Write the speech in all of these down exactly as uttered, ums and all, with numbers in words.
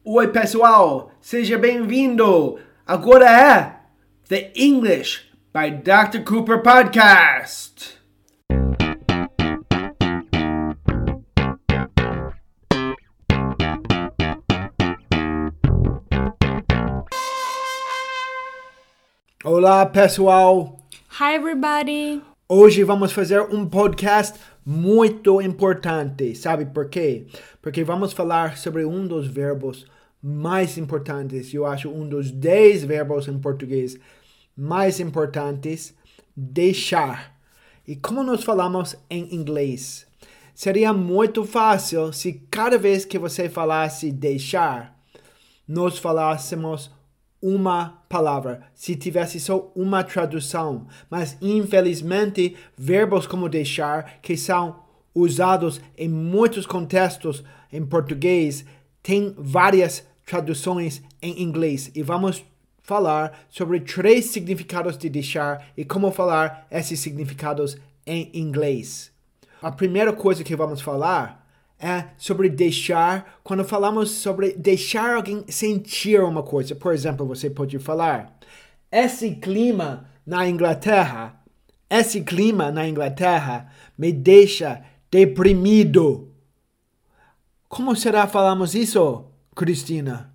Oi, pessoal! Seja bem-vindo! Agora é The English by doutor Cooper Podcast. Olá, pessoal! Hi, everybody! Hoje vamos fazer um podcast muito importante. Sabe por quê? Porque vamos falar sobre um dos verbos mais importantes. Eu acho um dos dez verbos em português mais importantes. Deixar. E como nós falamos em inglês? Seria muito fácil se cada vez que você falasse deixar, nós falássemos uma palavra, se tivesse só uma tradução. Mas, infelizmente, verbos como deixar, que são usados em muitos contextos em português, têm várias traduções em inglês. E vamos falar sobre três significados de deixar e como falar esses significados em inglês. A primeira coisa que vamos falar é sobre deixar, quando falamos sobre deixar alguém sentir uma coisa. Por exemplo, você pode falar, esse clima na Inglaterra, esse clima na Inglaterra me deixa deprimido. Como será falamos isso, Cristina?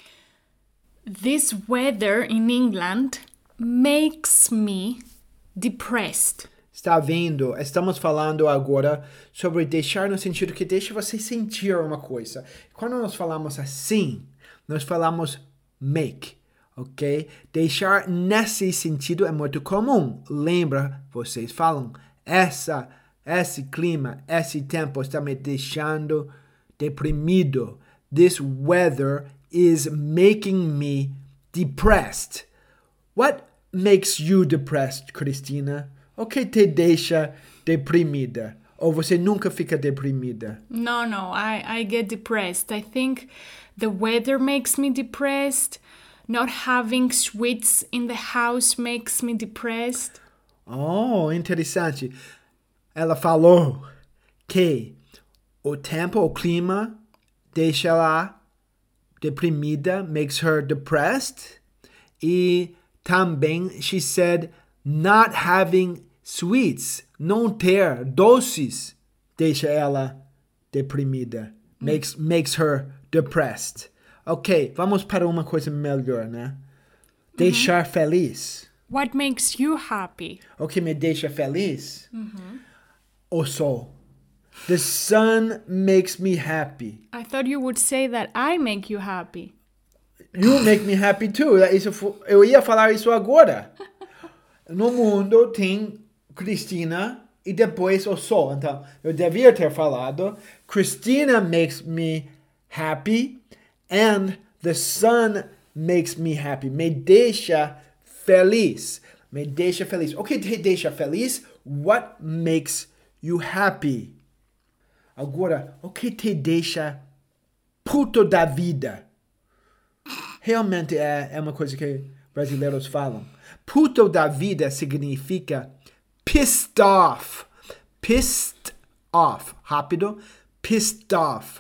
This weather in England makes me depressed. Está vendo? Estamos falando agora sobre deixar no sentido que deixa você sentir uma coisa. Quando nós falamos assim, nós falamos make, ok? Deixar nesse sentido é muito comum. Lembra? Vocês falam, essa, esse clima, esse tempo está me deixando deprimido. This weather is making me depressed. What makes you depressed, Cristina? O que te deixa deprimida? Ou você nunca fica deprimida? No, no, I, I get depressed. I think the weather makes me depressed. Not having sweets in the house makes me depressed. Oh, interessante. Ela falou que o tempo, o clima, deixa ela deprimida, makes her depressed. E também, she said, not having sweets, não ter doces, deixa ela deprimida. Mm. Makes, makes her depressed. Ok, vamos para uma coisa melhor, né? Deixar mm-hmm. feliz. What makes you happy? O que me deixa feliz? Mm-hmm. O sol. The sun makes me happy. I thought you would say that I make you happy. You make me happy too. Isso, eu ia falar isso agora. No mundo tem Cristina e depois o sol. Então, eu devia ter falado Cristina makes me happy and the sun makes me happy. Me deixa feliz. Me deixa feliz. O que te deixa feliz? What makes you happy? Agora, o que te deixa puto da vida? Realmente é, é uma coisa que brasileiros falam. Puto da vida significa pissed off. Pissed off. Rápido. Pissed off.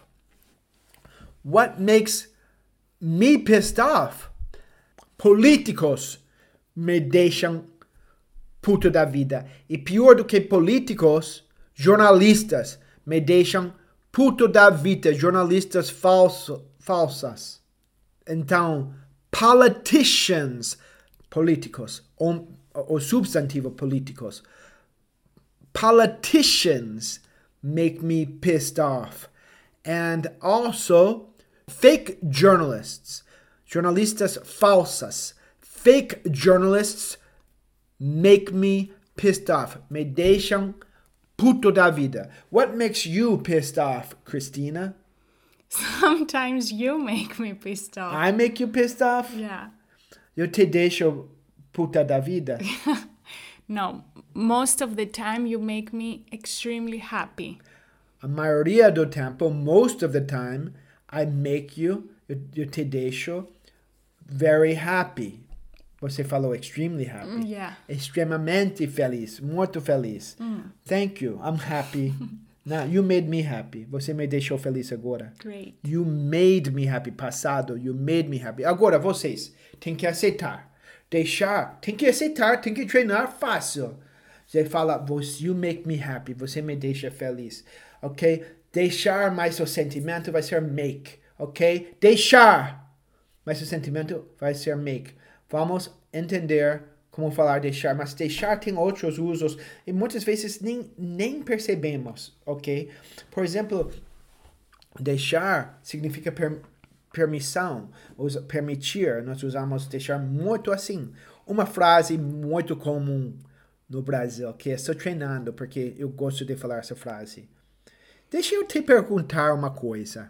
What makes me pissed off? Políticos me deixam puto da vida. E pior do que políticos, jornalistas me deixam puto da vida. Jornalistas falso, falsas. Então, politicians, políticos, o, o substantivo políticos. Politicians make me pissed off. And also, fake journalists, jornalistas falsas. Fake journalists make me pissed off. Me deixam puto da vida. What makes you pissed off, Cristina? Sometimes you make me pissed off. I make you pissed off? Yeah. Eu te deixo puta da vida? No, most of the time you make me extremely happy. A maioria do tempo, most of the time, I make you, eu, eu te deixo very happy. Você falou extremely happy. Yeah. Extremamente feliz, muito feliz. Mm. Thank you, I'm happy Não, you made me happy. Você me deixou feliz agora. Great. You made me happy. Passado, you made me happy. Agora, vocês têm que aceitar. Deixar, tem que aceitar, tem que treinar fácil. Você fala, você, you make me happy. Você me deixa feliz. Ok? Deixar mais o sentimento vai ser make. Ok? Deixar mais o sentimento vai ser make. Vamos entender como falar deixar, mas deixar tem outros usos e muitas vezes nem, nem percebemos, ok? Por exemplo, deixar significa per, permissão, usa, permitir, nós usamos deixar muito assim. Uma frase muito comum no Brasil, que estou treinando porque eu gosto de falar essa frase. Deixa eu te perguntar uma coisa.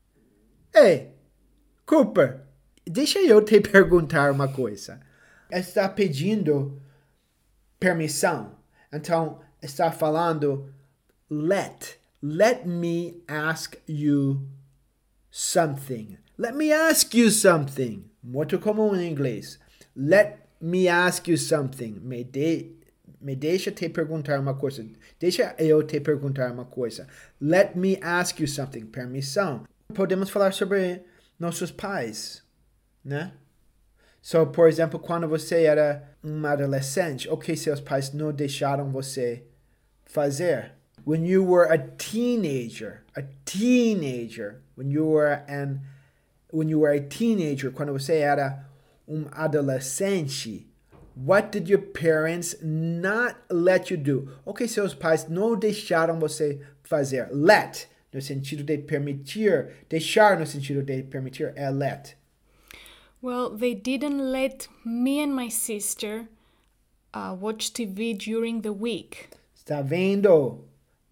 Ei, Cooper, deixa eu te perguntar uma coisa. Está pedindo permissão. Então, está falando let. Let me ask you something. Let me ask you something. Muito comum em inglês. Let me ask you something. Me, de, me deixa te perguntar uma coisa. Deixa eu te perguntar uma coisa. Let me ask you something. Permissão. Podemos falar sobre nossos pais, né? So, por exemplo, quando você era um adolescente, o que seus pais não deixaram você fazer? When you were a teenager, a teenager, when you were an, when you were a teenager, quando você era um adolescente, what did your parents not let you do? O que seus pais não deixaram você fazer? Let, no sentido de permitir, deixar no sentido de permitir é let. Well, they didn't let me and my sister uh, watch T V during the week. Está vendo?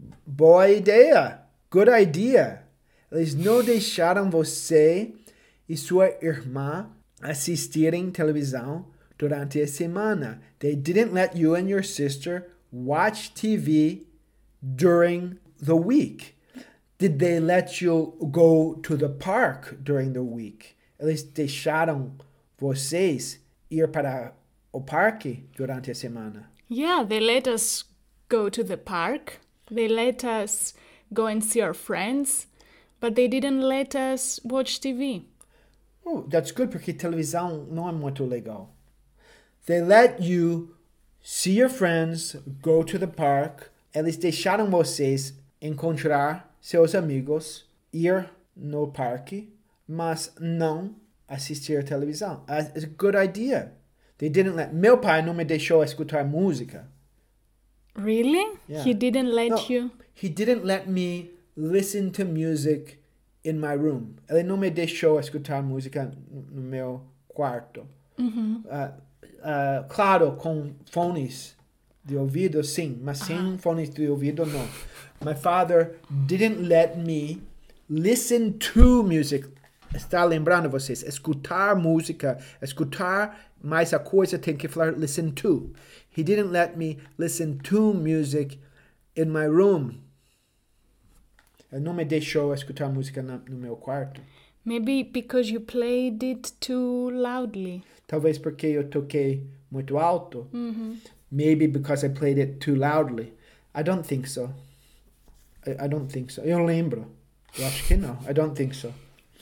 Boa ideia. Good idea. Eles não deixaram você e sua irmã assistirem televisão durante a semana. They didn't let you and your sister watch T V during the week. Did they let you go to the park during the week? Eles deixaram vocês ir para o parque durante a semana? Yeah, they let us go to the park. They let us go and see our friends, but they didn't let us watch T V. Oh, that's good, porque televisão não é muito legal. They let you see your friends, go to the park. Eles deixaram vocês encontrar seus amigos, ir no parque, mas não assistir televisão. It's a good idea. They didn't let... Meu pai não me deixou escutar música. Really? Yeah. He didn't let No, you? He didn't let me listen to music in my room. Ele não me deixou escutar música no meu quarto. Mm-hmm. Uh, uh, claro, com fones de ouvido, sim, mas sem Uh-huh. fones de ouvido, não. My father didn't let me listen to music. Está lembrando vocês? Escutar música, escutar, mas a coisa tem que falar listen to. He didn't let me listen to music in my room. Ele não me deixou escutar música na, no meu quarto. Maybe because you played it too loudly. Talvez porque eu toquei muito alto. Mm-hmm. Maybe because I played it too loudly. I don't think so. I, I don't think so. Eu lembro. Eu acho que não. I don't think so.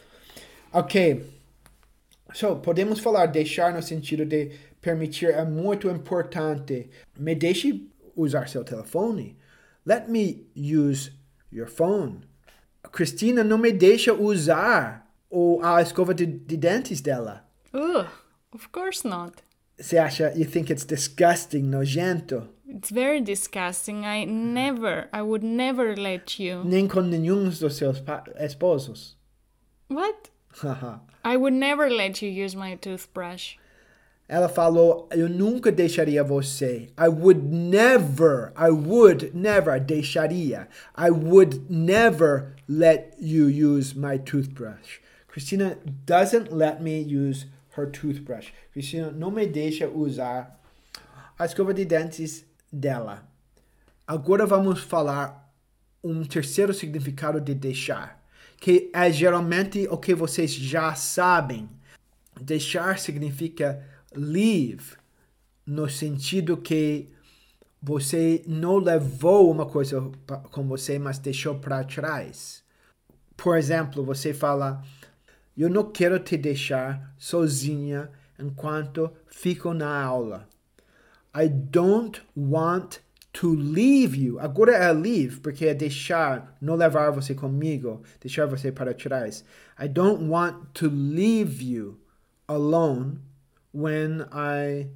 Ok. So, podemos falar deixar no sentido de permitir é muito importante. Me deixe usar seu telefone. Let me use your phone. Cristina não me deixa usar o, a escova de, de dentes dela. Ugh, of course not. Você acha, you think it's disgusting, nojento? It's very disgusting. I never, I would never let you. Nem com nenhum dos seus pa- esposos. What? I would never let you use my toothbrush. Ela falou, eu nunca deixaria você. I would never, I would never, deixaria. I would never let you use my toothbrush. Christina doesn't let me use her toothbrush. Christina não me deixa usar a escova de dentes dela. Agora vamos falar um terceiro significado de deixar, que é geralmente o que vocês já sabem. Deixar significa leave, no sentido que você não levou uma coisa com você, mas deixou para trás. Por exemplo, você fala, eu não quero te deixar sozinha enquanto fico na aula. I don't want to leave you. Agora é leave, porque é deixar, não levar você comigo, deixar você para trás. I don't want to leave you alone when I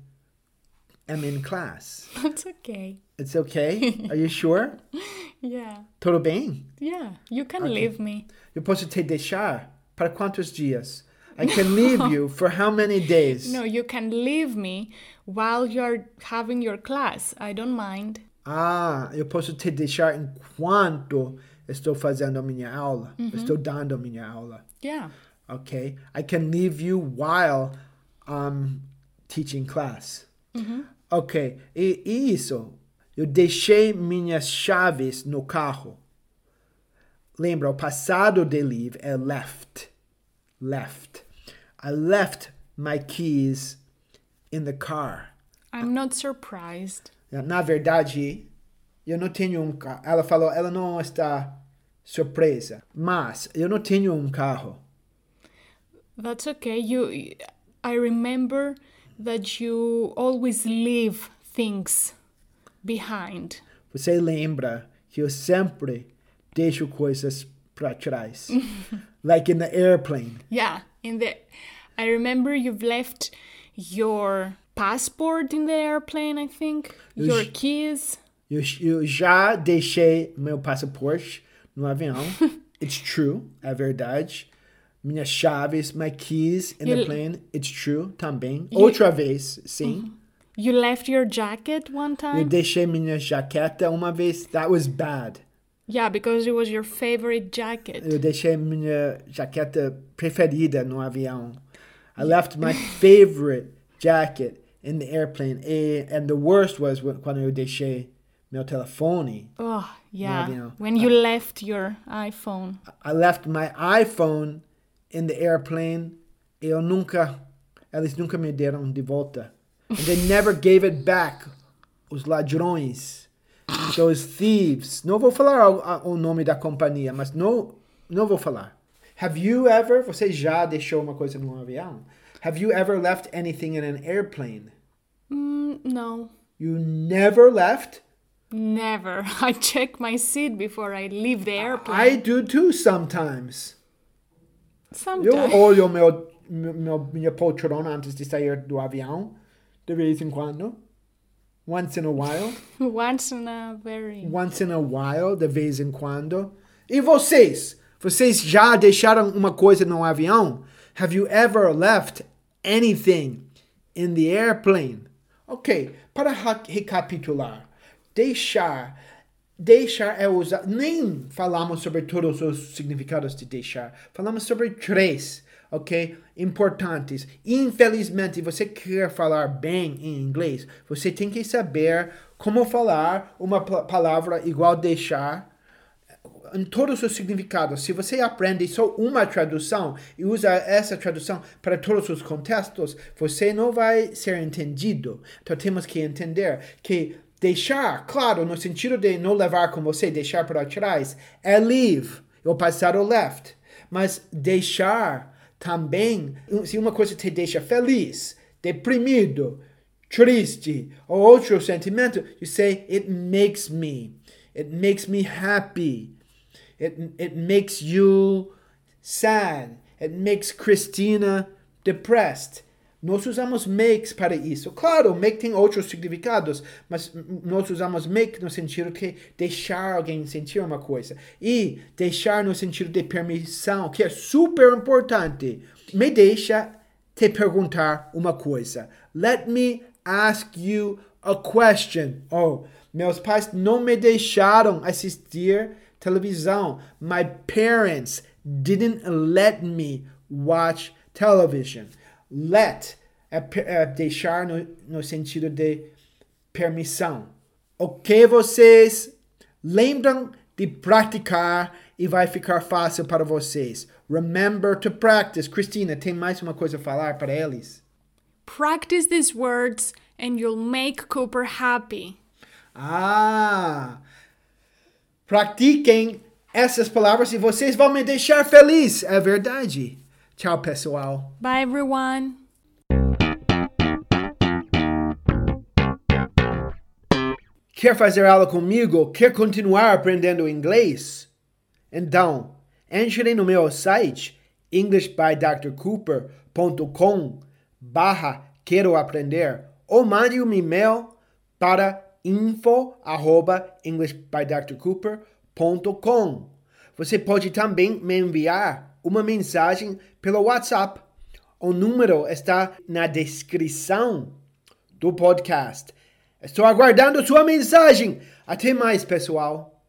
am in class. That's okay. It's okay? Are you sure? Yeah. Tudo bem? Yeah, you can Okay. leave me. Eu posso te deixar para quantos dias? I can leave you for how many days? No, you can leave me while you're having your class. I don't mind. Ah, eu posso te deixar enquanto estou fazendo a minha aula. Estou dando a minha aula. Yeah. Okay? I can leave you while I'm teaching class. Ok. E, e isso? Eu deixei minhas chaves no carro. Lembra, o passado de leave é left. Left. I left my keys in the car. I'm not surprised. Na verdade, eu não tenho um carro. Ela falou, ela não está surpresa. Mas eu não tenho um carro. That's okay. You I remember that you always leave things behind. Você lembra que eu sempre deixo coisas para trás. Like in the airplane. Yeah, in the I remember you've left your passport in the airplane, I think. Eu Your j- keys. Eu, eu já deixei meu passaporte no avião. It's true, é verdade. Minhas chaves, my keys in the You- plane. It's true, também. You- Outra vez, sim. You left your jacket one Eu time? deixei minha jaqueta uma vez. That was bad. Yeah, because it was your favorite jacket. Eu deixei minha jaqueta preferida no avião. I left my favorite jacket in the airplane. E, and the worst was when- quando eu deixei meu telefone. Oh, yeah. avião. When you left your iPhone. I left my iPhone in the airplane. Eu nunca, eles nunca me deram de volta. And they never gave it back. Os ladrões. Those thieves. Não vou falar o, o nome da companhia, mas não, não vou falar. Have you ever, você já deixou uma coisa no avião? Have you ever left anything in an airplane? Mm, no. You never left? Never. I check my seat before I leave the airplane. I do too sometimes. Eu Sometimes. olho meu, meu, minha poltrona antes de sair do avião, de vez em quando. Once in a while. Once in a very... Once in a while, de vez em quando. E vocês? Vocês já deixaram uma coisa no avião? Have you ever left anything in the airplane? Ok, para ra- recapitular. Deixar. Deixar é usar. Nem falamos sobre todos os significados de deixar. Falamos sobre três, ok? Importantes. Infelizmente, você quer falar bem em inglês, você tem que saber como falar uma pa- palavra igual deixar em todos os significados. Se você aprende só uma tradução e usa essa tradução para todos os contextos, você não vai ser entendido. Então temos que entender que deixar, claro, no sentido de não levar com você, deixar para trás, é leave, o passado left. Mas deixar também, se uma coisa te deixa feliz, deprimido, triste, ou outro sentimento, you say, it makes me. It makes me happy. It, it makes you sad. It makes Christina depressed. Nós usamos makes para isso. Claro, make tem outros significados, mas nós usamos make no sentido de deixar alguém sentir uma coisa. E deixar no sentido de permissão, que é super importante. Me deixa te perguntar uma coisa. Let me ask you a question. Oh, meus pais não me deixaram assistir televisão. My parents didn't let me watch television. Let é, é deixar no, no sentido de permissão. Ok, vocês lembram de praticar e vai ficar fácil para vocês. Remember to practice. Cristina, tem mais uma coisa a falar para eles? Practice these words and you'll make Cooper happy. Ah! Pratiquem essas palavras e vocês vão me deixar feliz. É verdade. Tchau, pessoal. Bye, everyone. Quer fazer aula comigo? Quer continuar aprendendo inglês? Então, entre no meu site english by dr cooper ponto com barra quero aprender ou mande um e-mail para info arroba english by dr cooper ponto com. Você pode também me enviar uma mensagem pelo WhatsApp. O número está na descrição do podcast. Estou aguardando sua mensagem. Até mais, pessoal.